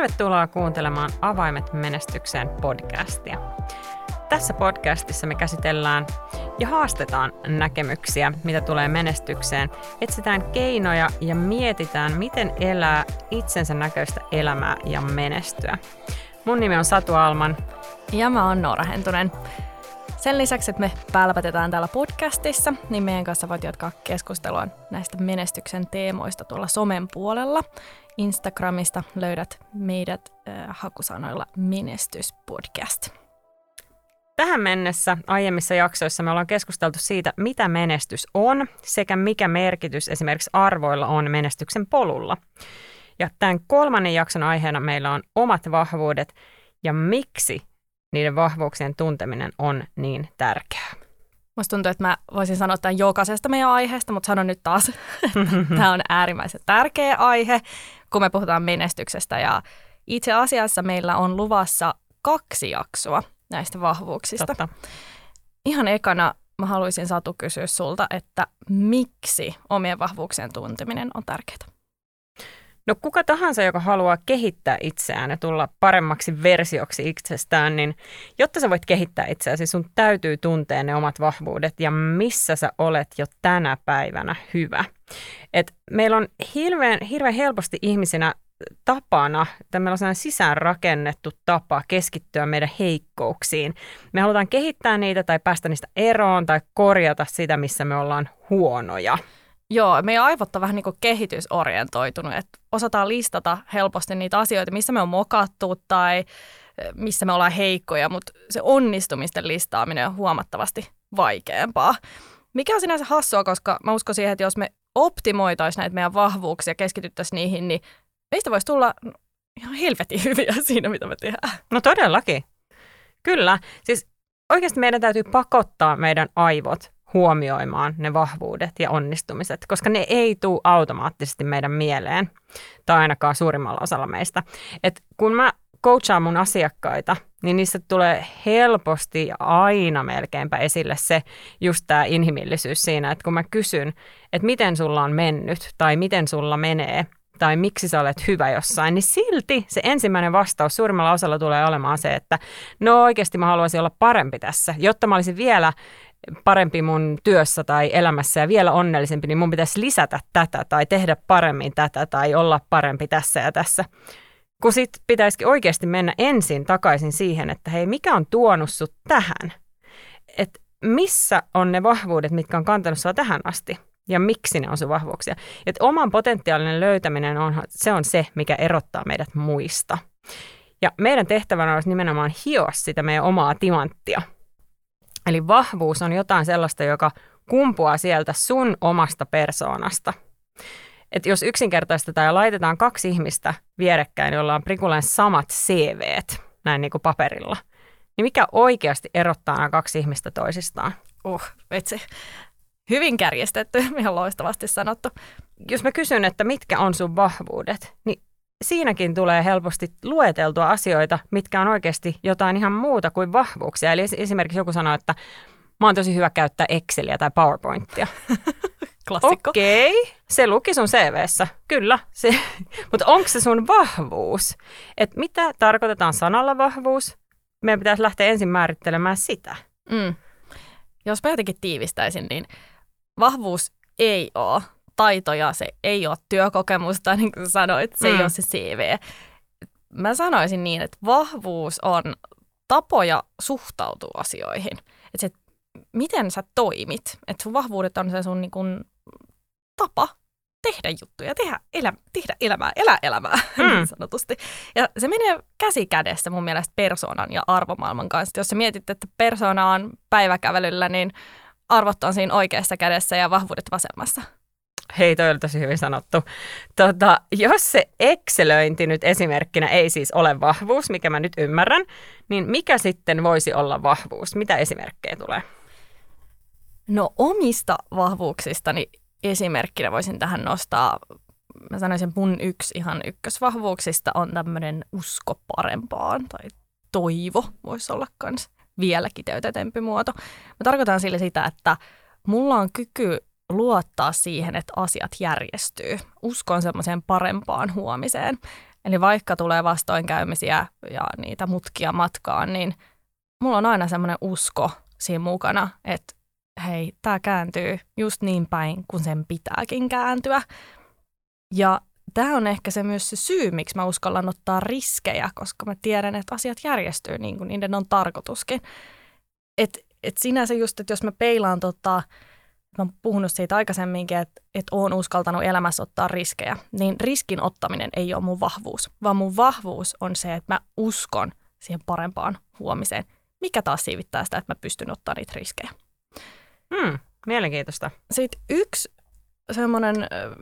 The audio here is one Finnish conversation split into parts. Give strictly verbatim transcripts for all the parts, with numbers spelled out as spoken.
Tervetuloa kuuntelemaan Avaimet menestykseen podcastia. Tässä podcastissa me käsitellään ja haastetaan näkemyksiä, mitä tulee menestykseen, etsitään keinoja ja mietitään, miten elää itsensä näköistä elämää ja menestyä. Mun nimi on Satu Alman. Ja mä oon Noora Hentunen. Sen lisäksi, että me pälpätetään täällä podcastissa, niin meidän kanssa voit jatkaa keskustelua näistä menestyksen teemoista tuolla somen puolella. Instagramista löydät meidät äh, hakusanoilla menestyspodcast. Tähän mennessä aiemmissa jaksoissa me ollaan keskusteltu siitä, mitä menestys on sekä mikä merkitys esimerkiksi arvoilla on menestyksen polulla. Ja tämän kolmannen jakson aiheena meillä on omat vahvuudet ja miksi niiden vahvuuksien tunteminen on niin tärkeää. Musta tuntuu, että mä voisin sanoa tämän jokaisesta meidän aiheesta, mutta sanon nyt taas, että tämä on äärimmäisen tärkeä aihe, kun me puhutaan menestyksestä. Ja itse asiassa meillä on luvassa kaksi jaksoa näistä vahvuuksista. Totta. Ihan ekana mä haluaisin, Satu, kysyä sulta, että miksi omien vahvuuksien tunteminen on tärkeää? No kuka tahansa, joka haluaa kehittää itseään ja tulla paremmaksi versioksi itsestään, niin jotta sä voit kehittää itseäsi, sun täytyy tuntea ne omat vahvuudet ja missä sä olet jo tänä päivänä hyvä. Et meillä on hirveän, hirveän helposti ihmisinä tapana, että meillä on sellainen sisäänrakennettu tapa keskittyä meidän heikkouksiin. Me halutaan kehittää niitä tai päästä niistä eroon tai korjata sitä, missä me ollaan huonoja. Joo, meidän aivot on vähän niin kuin kehitysorientoitunut, että osataan listata helposti niitä asioita, missä me on mokattu tai missä me ollaan heikkoja, mutta se onnistumisten listaaminen on huomattavasti vaikeampaa. Mikä on sinänsä hassua, koska mä uskon siihen, että jos me optimoitaisiin näitä meidän vahvuuksia ja keskityttäisiin niihin, niin meistä voisi tulla ihan helvetin hyviä siinä, mitä me tehdään. No todellakin. Kyllä. Siis oikeasti meidän täytyy pakottaa meidän aivot huomioimaan ne vahvuudet ja onnistumiset, koska ne ei tule automaattisesti meidän mieleen, tai ainakaan suurimmalla osalla meistä. Et kun mä coachaan mun asiakkaita, niin niissä tulee helposti ja aina melkeinpä esille se just tämä inhimillisyys siinä, että kun mä kysyn, että miten sulla on mennyt, tai miten sulla menee, tai miksi sä olet hyvä jossain, niin silti se ensimmäinen vastaus suurimmalla osalla tulee olemaan se, että no oikeasti mä haluaisin olla parempi tässä, jotta mä olisin vielä parempi mun työssä tai elämässä ja vielä onnellisempi, niin mun pitäisi lisätä tätä tai tehdä paremmin tätä tai olla parempi tässä ja tässä. Kun sit pitäisikin oikeasti mennä ensin takaisin siihen, että hei, mikä on tuonut sut tähän? Että missä on ne vahvuudet, mitkä on kantanut sua tähän asti? Ja miksi ne on sun vahvuuksia? Et oman potentiaalinen löytäminen on se, on se, mikä erottaa meidät muista. Ja meidän tehtävänä olisi nimenomaan hioa sitä meidän omaa timanttia. Eli vahvuus on jotain sellaista, joka kumpuaa sieltä sun omasta persoonasta. Et jos yksinkertaistetaan ja laitetaan kaksi ihmistä vierekkäin, joilla on prikulleen samat C V:t, näin niin kuin paperilla, niin mikä oikeasti erottaa nämä kaksi ihmistä toisistaan? Uh, vitsi. Hyvin kärjestetty, ihan loistavasti sanottu. Jos mä kysyn, että mitkä on sun vahvuudet, niin siinäkin tulee helposti lueteltua asioita, mitkä on oikeasti jotain ihan muuta kuin vahvuuksia. Eli esimerkiksi joku sanoo, että mä oon tosi hyvä käyttää Exceliä tai PowerPointia. Klassikko. Okei, okay, se luki sun C V:ssä, kyllä. Se, mutta onko se sun vahvuus? Et mitä tarkoitetaan sanalla vahvuus? Meidän pitäisi lähteä ensin määrittelemään sitä. Mm. Jos mä jotenkin tiivistäisin, niin vahvuus ei ole taitoja, se ei ole työkokemusta, niin kuin sanoit, se mm. ei ole se C V. Mä sanoisin niin, että vahvuus on tapoja suhtautua asioihin. Että se, miten sä toimit, että sun vahvuudet on se sun niin kuin tapa tehdä juttuja, tehdä, elä, tehdä elämää, elää elämää, mm. niin sanotusti. Ja se menee käsi kädessä mun mielestä persoonan ja arvomaailman kanssa. Jos sä mietit, että persoona on päiväkävelyllä, niin arvot on siinä oikeassa kädessä ja vahvuudet vasemmassa. Hei, toi oli tosi hyvin sanottu. Tota, jos se Excelöinti nyt esimerkkinä ei siis ole vahvuus, mikä mä nyt ymmärrän, niin mikä sitten voisi olla vahvuus? Mitä esimerkkejä tulee? No omista vahvuuksistani esimerkkinä voisin tähän nostaa, mä sanoisin mun yksi ihan ykkösvahvuuksista on tämmöinen usko parempaan tai toivo voisi olla kans vielä kiteytetempi muoto. Mä tarkoitan sille sitä, että mulla on kyky luottaa siihen, että asiat järjestyy. Uskon semmoiseen parempaan huomiseen. Eli vaikka tulee vastoinkäymisiä ja niitä mutkia matkaan, niin mulla on aina semmoinen usko siinä mukana, että hei, tämä kääntyy just niin päin, kun sen pitääkin kääntyä. Ja tämä on ehkä se myös se syy, miksi mä uskallan ottaa riskejä, koska mä tiedän, että asiat järjestyy niin kuin niiden on tarkoituskin. Että et sinänsä just, että jos mä peilaan, tota, mä oon puhunut siitä aikaisemminkin, että et oon uskaltanut elämässä ottaa riskejä, niin riskin ottaminen ei ole mun vahvuus, vaan mun vahvuus on se, että mä uskon siihen parempaan huomiseen, mikä taas siivittää sitä, että mä pystyn ottaa niitä riskejä. Hmm, mielenkiintoista. Sitten yksi semmoinen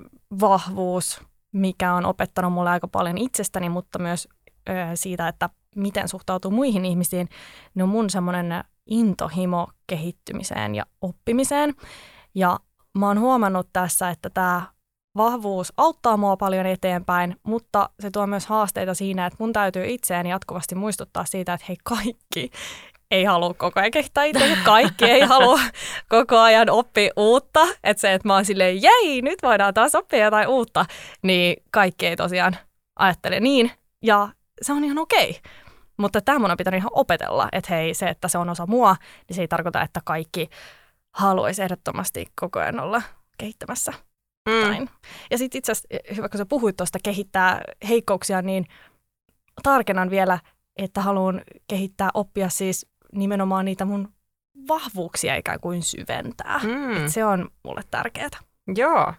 vahvuus, mikä on opettanut mulle aika paljon itsestäni, mutta myös ö, siitä, että miten suhtautuu muihin ihmisiin, niin on mun semmoinen intohimo kehittymiseen ja oppimiseen. Ja mä oon huomannut tässä, että tämä vahvuus auttaa mua paljon eteenpäin, mutta se tuo myös haasteita siinä, että mun täytyy itseään jatkuvasti muistuttaa siitä, että hei, kaikki ei halua koko ajan kehittää itse, kaikki ei halua koko ajan oppia uutta. Että se, että mä oon silleen, jei, nyt voidaan taas oppia jotain uutta, niin kaikki ei tosiaan ajattele niin. Ja se on ihan okei. Mutta tämä mun on pitänyt ihan opetella, että hei, se, että se on osa mua, niin se ei tarkoita, että kaikki haluaisi ehdottomasti koko ajan olla kehittämässä. Mm. Ja sitten itse asiassa, hyvä kun sä puhuit tuosta kehittää heikkouksia, niin tarkennan vielä, että haluan kehittää, oppia siis nimenomaan niitä mun vahvuuksia ikään kuin syventää. Mm. Se on mulle tärkeää. Joo.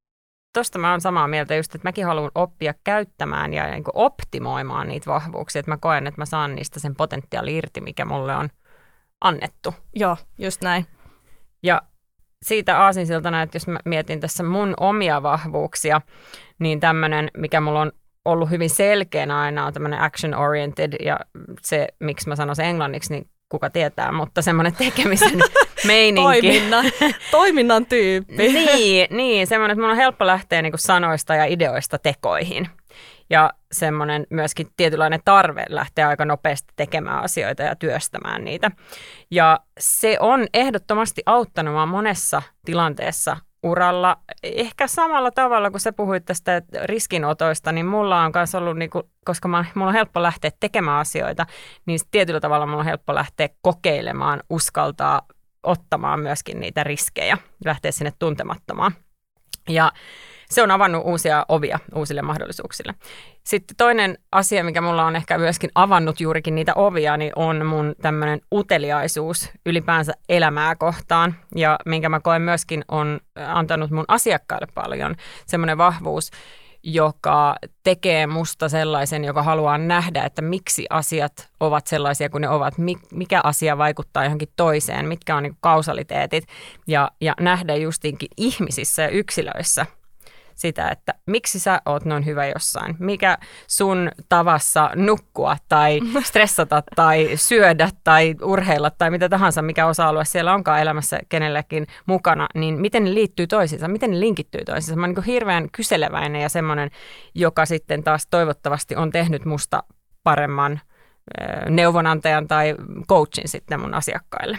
Tuosta mä oon samaa mieltä just, että mäkin haluan oppia käyttämään ja niin kuin optimoimaan niitä vahvuuksia. Että mä koen, että mä saan niistä sen potentiaali irti, mikä mulle on annettu. Joo, just näin. Ja siitä aasinsiltana, että jos mä mietin tässä mun omia vahvuuksia, niin tämmöinen, mikä mulla on ollut hyvin selkeänä aina, on tämmöinen action-oriented, ja se, miksi mä sanon sen englanniksi, niin kuka tietää, mutta semmoinen tekemisen meininki. Toiminnan, toiminnan tyyppi. niin, niin, semmoinen, että mun on helppo lähteä niin kuin sanoista ja ideoista tekoihin. Ja semmoinen myöskin tietynlainen tarve lähteä aika nopeasti tekemään asioita ja työstämään niitä. Ja se on ehdottomasti auttanut mua monessa tilanteessa uralla. Ehkä samalla tavalla, kun sä puhuit tästä riskinotoista, niin mulla on myös ollut, niin kuin, koska mä, mulla on helppo lähteä tekemään asioita, niin tietyllä tavalla mulla on helppo lähteä kokeilemaan, uskaltaa ottamaan myöskin niitä riskejä, lähteä sinne tuntemattomaan. Ja se on avannut uusia ovia uusille mahdollisuuksille. Sitten toinen asia, mikä mulla on ehkä myöskin avannut juurikin niitä ovia, niin on mun tämmöinen uteliaisuus ylipäänsä elämää kohtaan. Ja minkä mä koen myöskin on antanut mun asiakkaille paljon semmoinen vahvuus, joka tekee musta sellaisen, joka haluaa nähdä, että miksi asiat ovat sellaisia kuin ne ovat, mikä asia vaikuttaa johonkin toiseen, mitkä on niin kuin kausaliteetit ja, ja nähdä justinkin ihmisissä ja yksilöissä sitä, että miksi sä oot noin hyvä jossain, mikä sun tavassa nukkua tai stressata tai syödä tai urheilla tai mitä tahansa, mikä osa-alue siellä onkaan elämässä kenellekin mukana, niin miten ne liittyy toisiinsa, miten ne linkittyy toisiinsa. Mä oon niin kuin hirveän kyseleväinen ja semmoinen, joka sitten taas toivottavasti on tehnyt musta paremman neuvonantajan tai coachin sitten mun asiakkaille.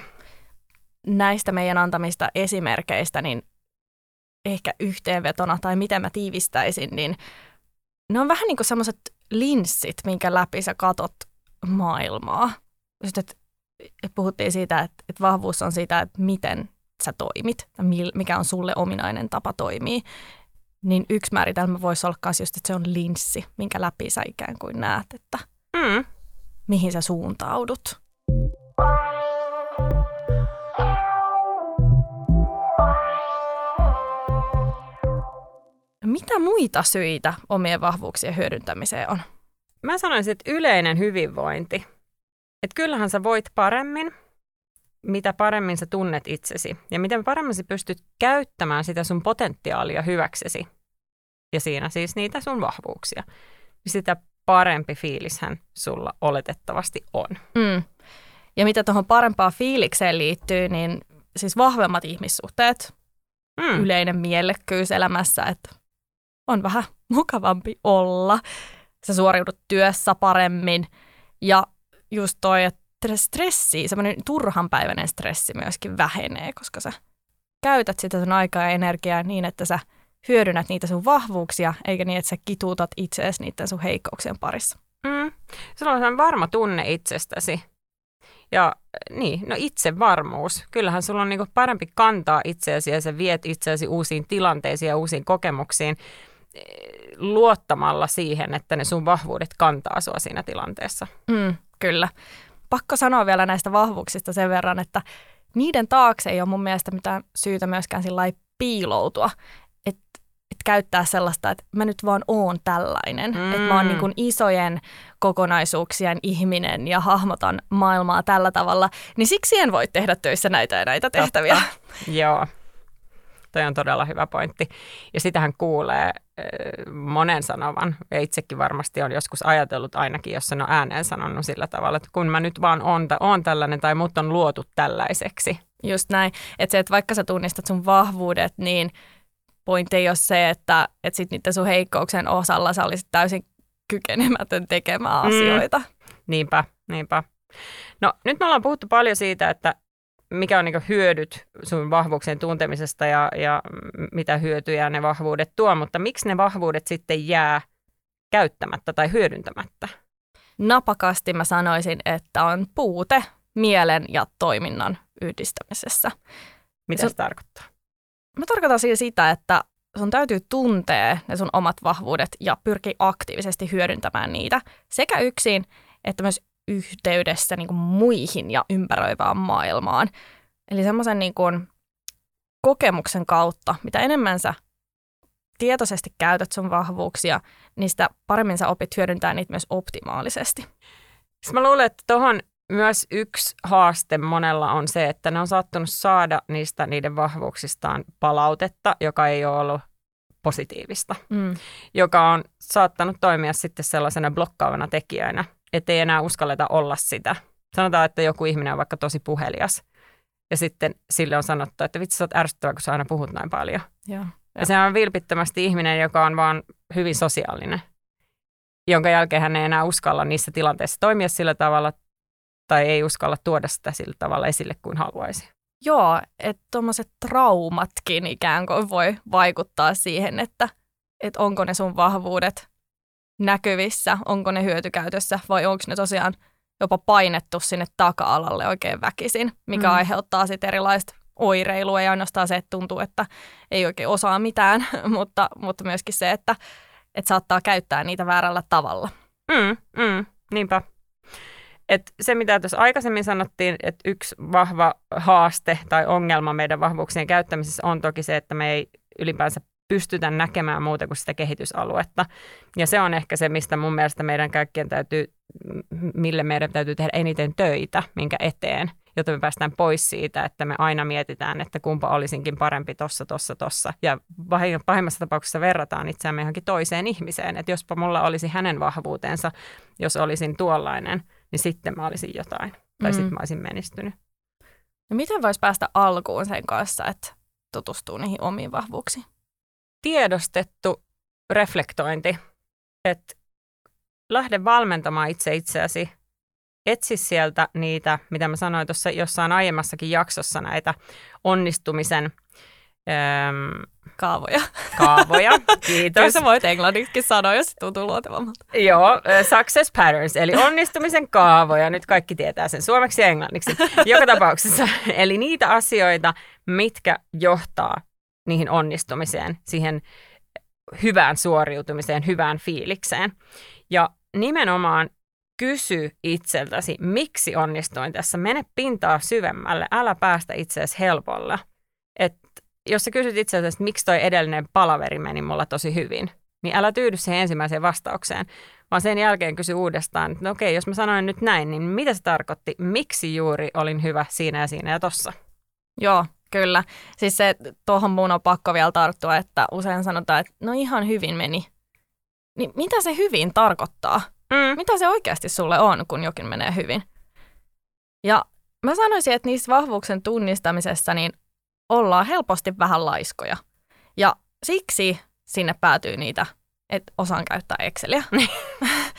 Näistä meidän antamista esimerkkeistä, niin ehkä yhteenvetona tai miten mä tiivistäisin, niin ne on vähän niin kuin semmoiset linssit, minkä läpi sä katot maailmaa. Just, että, että puhuttiin siitä, että, että vahvuus on siitä, että miten sä toimit, mikä on sulle ominainen tapa toimia. Niin yksi määritelmä voisi olla myös just, että se on linssi, minkä läpi sä ikään kuin näet, että mm. mihin sä suuntaudut. Mitä muita syitä omien vahvuuksien hyödyntämiseen on? Mä sanoisin, että yleinen hyvinvointi. Että kyllähän sä voit paremmin, mitä paremmin sä tunnet itsesi. Ja miten paremmin sä pystyt käyttämään sitä sun potentiaalia hyväksesi. Ja siinä siis niitä sun vahvuuksia. Sitä parempi fiilishän sulla oletettavasti on. Mm. Ja mitä tuohon parempaan fiilikseen liittyy, niin siis vahvemmat ihmissuhteet, mm. yleinen mielekkyys elämässä, että on vähän mukavampi olla. Sä suoriudut työssä paremmin ja just toi, että stressi, semmoinen turhanpäiväinen stressi myöskin vähenee, koska sä käytät sitä sun aikaa ja energiaa niin, että sä hyödynnät niitä sun vahvuuksia, eikä niin, että sä kituutat itseäsi niiden sun heikkouksien parissa. Mm. Sulla on sellainen varma tunne itsestäsi. Ja niin, no itsevarmuus. Kyllähän sulla on niinku parempi kantaa itseäsi ja sä viet itseäsi uusiin tilanteisiin ja uusiin kokemuksiin luottamalla siihen, että ne sun vahvuudet kantaa sua siinä tilanteessa. Mm, kyllä. Pakko sanoa vielä näistä vahvuuksista sen verran, että niiden taakse ei ole mun mielestä mitään syytä myöskään sillä lailla piiloutua, että et käyttää sellaista, että mä nyt vaan oon tällainen, mm. että mä oon niin kuin isojen kokonaisuuksien ihminen ja hahmotan maailmaa tällä tavalla, niin siksi en voi tehdä töissä näitä ja näitä tehtäviä. Totta. Joo. Toi on todella hyvä pointti. Ja sitähän kuulee monen sanovan. Ja itsekin varmasti on joskus ajatellut ainakin, jos sen on ääneen sanonut sillä tavalla, että kun mä nyt vaan oon, oon tällainen tai mut on luotu tällaiseksi. Just näin. Että se, että vaikka sä tunnistat sun vahvuudet, niin pointti ei ole se, että, että sit niiden sun heikkouksen osalla sä olisit täysin kykenemätön tekemään asioita. Mm. Niinpä, niinpä. No nyt me ollaan puhuttu paljon siitä, että mikä on niinku hyödyt sun vahvuuksien tuntemisesta ja, ja mitä hyötyjä ne vahvuudet tuo, mutta miksi ne vahvuudet sitten jää käyttämättä tai hyödyntämättä? Napakasti mä sanoisin, että on puute mielen ja toiminnan yhdistämisessä. Mitä se, se tarkoittaa? Mä tarkoitan siis sitä, että sun täytyy tuntea ne sun omat vahvuudet ja pyrkiä aktiivisesti hyödyntämään niitä sekä yksin että myös yhteydessä niin kuin muihin ja ympäröivään maailmaan. Eli semmoisen niin kuin kokemuksen kautta, mitä enemmän sä tietoisesti käytät sun vahvuuksia, niin sitä paremmin sä opit hyödyntää niitä myös optimaalisesti. Mä luulen, että tuohon myös yksi haaste monella on se, että ne on saattanut saada niistä niiden vahvuuksistaan palautetta, joka ei ole ollut positiivista, mm. joka on saattanut toimia sitten sellaisena blokkaavana tekijänä, ettei enää uskalleta olla sitä. Sanotaan, että joku ihminen on vaikka tosi puhelias ja sitten sille on sanottu, että vitsi sä oot ärsyttävä, kun sä aina puhut näin paljon. Ja, ja se on vilpittömästi ihminen, joka on vaan hyvin sosiaalinen, jonka jälkeen hän ei enää uskalla niissä tilanteissa toimia sillä tavalla tai ei uskalla tuoda sitä sillä tavalla esille kuin haluaisi. Joo, että tuommoiset traumatkin ikään kuin voi vaikuttaa siihen, että, että onko ne sun vahvuudet näkyvissä, onko ne hyötykäytössä vai onko ne tosiaan jopa painettu sinne taka-alalle oikein väkisin, mikä mm. aiheuttaa sitten erilaista oireilua ja ainoastaan se, että tuntuu, että ei oikein osaa mitään, mutta, mutta myöskin se, että, että saattaa käyttää niitä väärällä tavalla. Mm, mm, niinpä. Et se, mitä tuossa aikaisemmin sanottiin, että yksi vahva haaste tai ongelma meidän vahvuuksien käyttämisessä on toki se, että me ei ylipäänsä pystytä näkemään muuta kuin sitä kehitysaluetta. Ja se on ehkä se, mistä mun mielestä meidän kaikkien täytyy, mille meidän täytyy tehdä eniten töitä, minkä eteen, jotta me päästään pois siitä, että me aina mietitään, että kumpa olisinkin parempi tossa, tossa, tossa. Ja pahimmassa tapauksessa verrataan itseämme johonkin toiseen ihmiseen, että jospa mulla olisi hänen vahvuutensa, jos olisin tuollainen, niin sitten mä olisin jotain. Tai mm. sitten mä olisin menestynyt. No miten voisi päästä alkuun sen kanssa, että tutustuu niihin omiin vahvuuksiin? Tiedostettu reflektointi, että lähde valmentamaan itse itseäsi, etsi sieltä niitä, mitä mä sanoin tuossa jossain aiemmassakin jaksossa, näitä onnistumisen äm, kaavoja. Kaavoja, kiitos. Kyllä sä voit englanniksi sanoa, jos se tuntuu luotevammalta. Joo, success patterns, eli onnistumisen kaavoja, nyt kaikki tietää sen suomeksi ja englanniksi, joka tapauksessa. Eli niitä asioita, mitkä johtaa niihin onnistumiseen, siihen hyvään suoriutumiseen, hyvään fiilikseen. Ja nimenomaan kysy itseltäsi, miksi onnistuin tässä. Mene pintaa syvemmälle, älä päästä itseäsi helpolla. Et jos sä kysyt itseltäsi, että miksi toi edellinen palaveri meni mulla tosi hyvin, niin älä tyydy siihen ensimmäiseen vastaukseen, vaan sen jälkeen kysy uudestaan, että no okei, jos mä sanoin nyt näin, niin mitä se tarkoitti? Miksi juuri olin hyvä siinä ja siinä ja tossa? Joo. Kyllä. Siis se, tuohon mun on pakko vielä tarttua, että usein sanotaan, että no ihan hyvin meni. Niin mitä se hyvin tarkoittaa? Mm. Mitä se oikeasti sulle on, kun jokin menee hyvin? Ja mä sanoisin, että niissä vahvuuksien tunnistamisessa niin ollaan helposti vähän laiskoja. Ja siksi sinne päätyy niitä, että osaan käyttää Exceliä.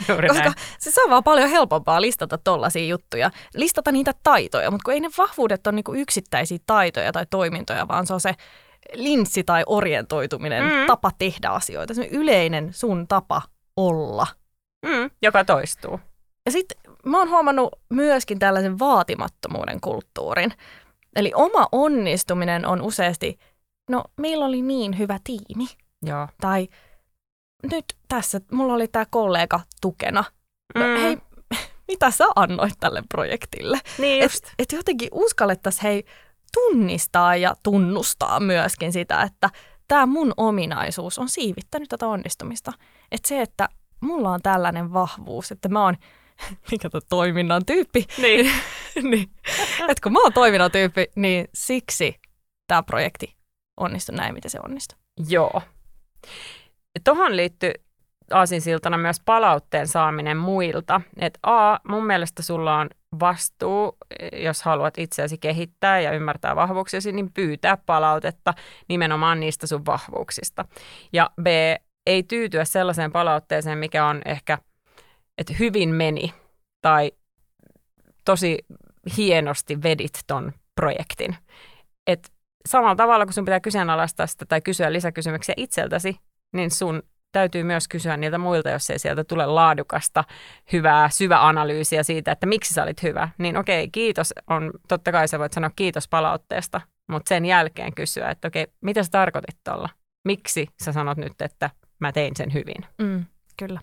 Juuri Koska näin. se on vaan paljon helpompaa listata tollaisia juttuja, listata niitä taitoja, mutta kun ei ne vahvuudet ole niinku yksittäisiä taitoja tai toimintoja, vaan se on se linssi tai orientoituminen, mm. tapa tehdä asioita, se yleinen sun tapa olla. Mm, joka toistuu. Ja sitten mä oon huomannut myöskin tällaisen vaatimattomuuden kulttuurin. Eli oma onnistuminen on useasti, no meillä oli niin hyvä tiimi. Joo. Tai nyt tässä, mulla oli tää kollega tukena. No, mm. Hei, mitä sä annoit tälle projektille? Niin just. Et, et jotenkin uskallettaisiin hei tunnistaa ja tunnustaa myöskin sitä, että tämä mun ominaisuus on siivittänyt tätä onnistumista. Että se, että mulla on tällainen vahvuus, että mä oon, mikä tuo toiminnan tyyppi, niin. niin, että kun mä oon toiminnan tyyppi, niin siksi tämä projekti onnistui näin, miten se onnistui. Joo. Tuohon liittyy aasinsiltana myös palautteen saaminen muilta. Että A, mun mielestä sulla on vastuu, jos haluat itseäsi kehittää ja ymmärtää vahvuuksiasi, niin pyytää palautetta nimenomaan niistä sun vahvuuksista. Ja B, ei tyytyä sellaiseen palautteeseen, mikä on ehkä, että hyvin meni tai tosi hienosti vedit ton projektin. Et samalla tavalla, kun sun pitää kyseenalaistaa sitä tai kysyä lisäkysymyksiä itseltäsi, niin sun täytyy myös kysyä niiltä muilta, jos ei sieltä tule laadukasta, hyvää, syväanalyysiä siitä, että miksi sä olit hyvä. Niin okei, kiitos on, totta kai sä voit sanoa kiitos palautteesta, mutta sen jälkeen kysyä, että okei, mitä sä tarkoitit tuolla? Miksi sä sanot nyt, että mä tein sen hyvin? Mm, kyllä.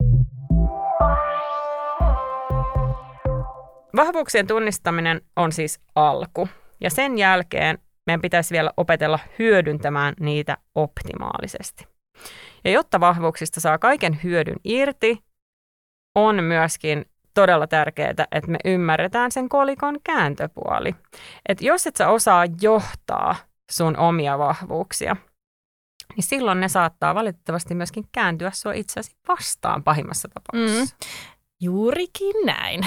Vahvuuksien tunnistaminen on siis alku. Ja sen jälkeen meidän pitäisi vielä opetella hyödyntämään niitä optimaalisesti. Ja jotta vahvuuksista saa kaiken hyödyn irti, on myöskin todella tärkeää, että me ymmärretään sen kolikon kääntöpuoli. Että jos et sä osaa johtaa sun omia vahvuuksia, niin silloin ne saattaa valitettavasti myöskin kääntyä sua itseäsi vastaan pahimmassa tapauksessa. Mm. Juurikin näin.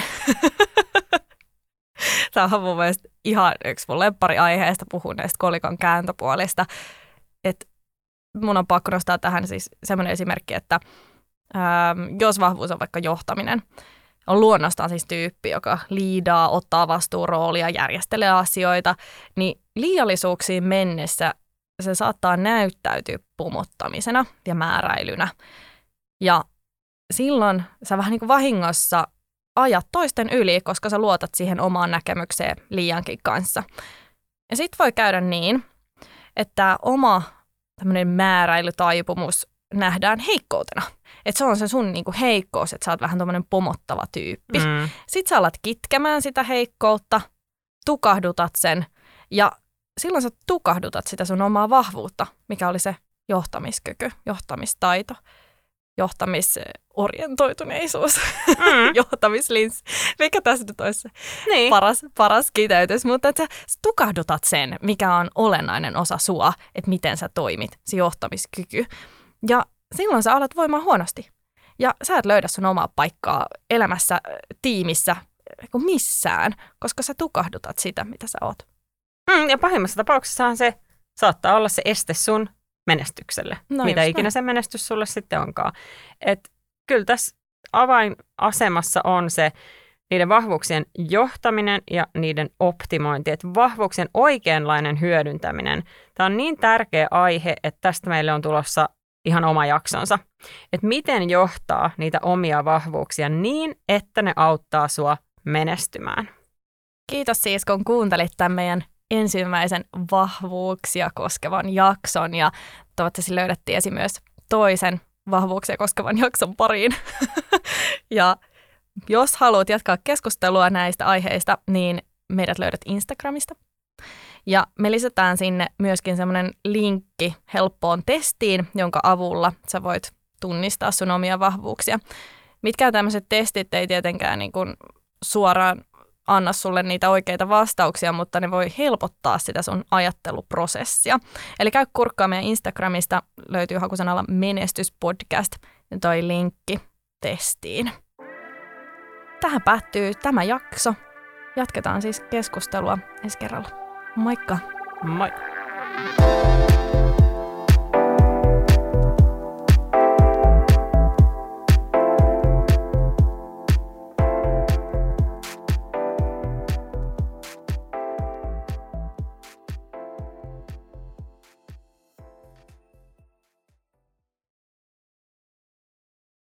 Tämä on mun mielestä ihan yksi mun lemppariaiheesta puhun näistä kolikon kääntöpuolista. Että mun on pakko nostaa tähän siis semmoinen esimerkki, että ää, jos vahvuus on vaikka johtaminen, on luonnostaan siis tyyppi, joka liidaa, ottaa vastuuroolia, järjestelee asioita, niin liiallisuuksiin mennessä se saattaa näyttäytyä pumottamisena ja määräilynä. Ja silloin sä vähän niin kuin vahingossa ajat toisten yli, koska sä luotat siihen omaan näkemykseen liiankin kanssa. Ja sit voi käydä niin, että oma tämmöinen määräilytaipumus nähdään heikkoutena. Että se on se sun niinku heikkous, että sä oot vähän tommoinen pomottava tyyppi. Mm. Sitten sä alat kitkemään sitä heikkoutta, tukahdutat sen ja silloin sä tukahdutat sitä sun omaa vahvuutta, mikä oli se johtamiskyky, johtamistaito, johtamisorientoituneisuus, mm. johtamislinssi. Mikä tässä nyt olisi se niin. paras, paras kiteytys, mutta että sä tukahdutat sen, mikä on olennainen osa sua, että miten sä toimit, se johtamiskyky. Ja silloin sä alat voimaan huonosti. Ja sä et löydä sun omaa paikkaa elämässä, tiimissä, missään, koska sä tukahdutat sitä, mitä sä oot. Mm, ja pahimmassa tapauksessahan se saattaa olla se este sun menestykselle, no mitä ikinä näin. Se menestys sulle sitten onkaan. Et kyllä tässä avainasemassa on se niiden vahvuuksien johtaminen ja niiden optimointi. Et vahvuuksien oikeanlainen hyödyntäminen. Tämä on niin tärkeä aihe, että tästä meille on tulossa ihan oma jaksonsa. Että miten johtaa niitä omia vahvuuksia niin, että ne auttaa sua menestymään. Kiitos siis, kun kuuntelit tämän meidän ensimmäisen vahvuuksia koskevan jakson ja toivottavasti löydettiin esiin myös toisen vahvuuksia koskevan jakson pariin. Ja jos haluat jatkaa keskustelua näistä aiheista, niin meidät löydät Instagramista. Ja me lisätään sinne myöskin semmoinen linkki helppoon testiin, jonka avulla sä voit tunnistaa sun omia vahvuuksia. Mitkään tämmöiset testit ei tietenkään niin kuin suoraan anna sulle niitä oikeita vastauksia, mutta ne voi helpottaa sitä sun ajatteluprosessia. Eli käy kurkkaa meidän Instagramista, löytyy hakusanalla menestyspodcast ja toi linkki testiin. Tähän päättyy tämä jakso. Jatketaan siis keskustelua ensi kerralla. Moikka! Moi!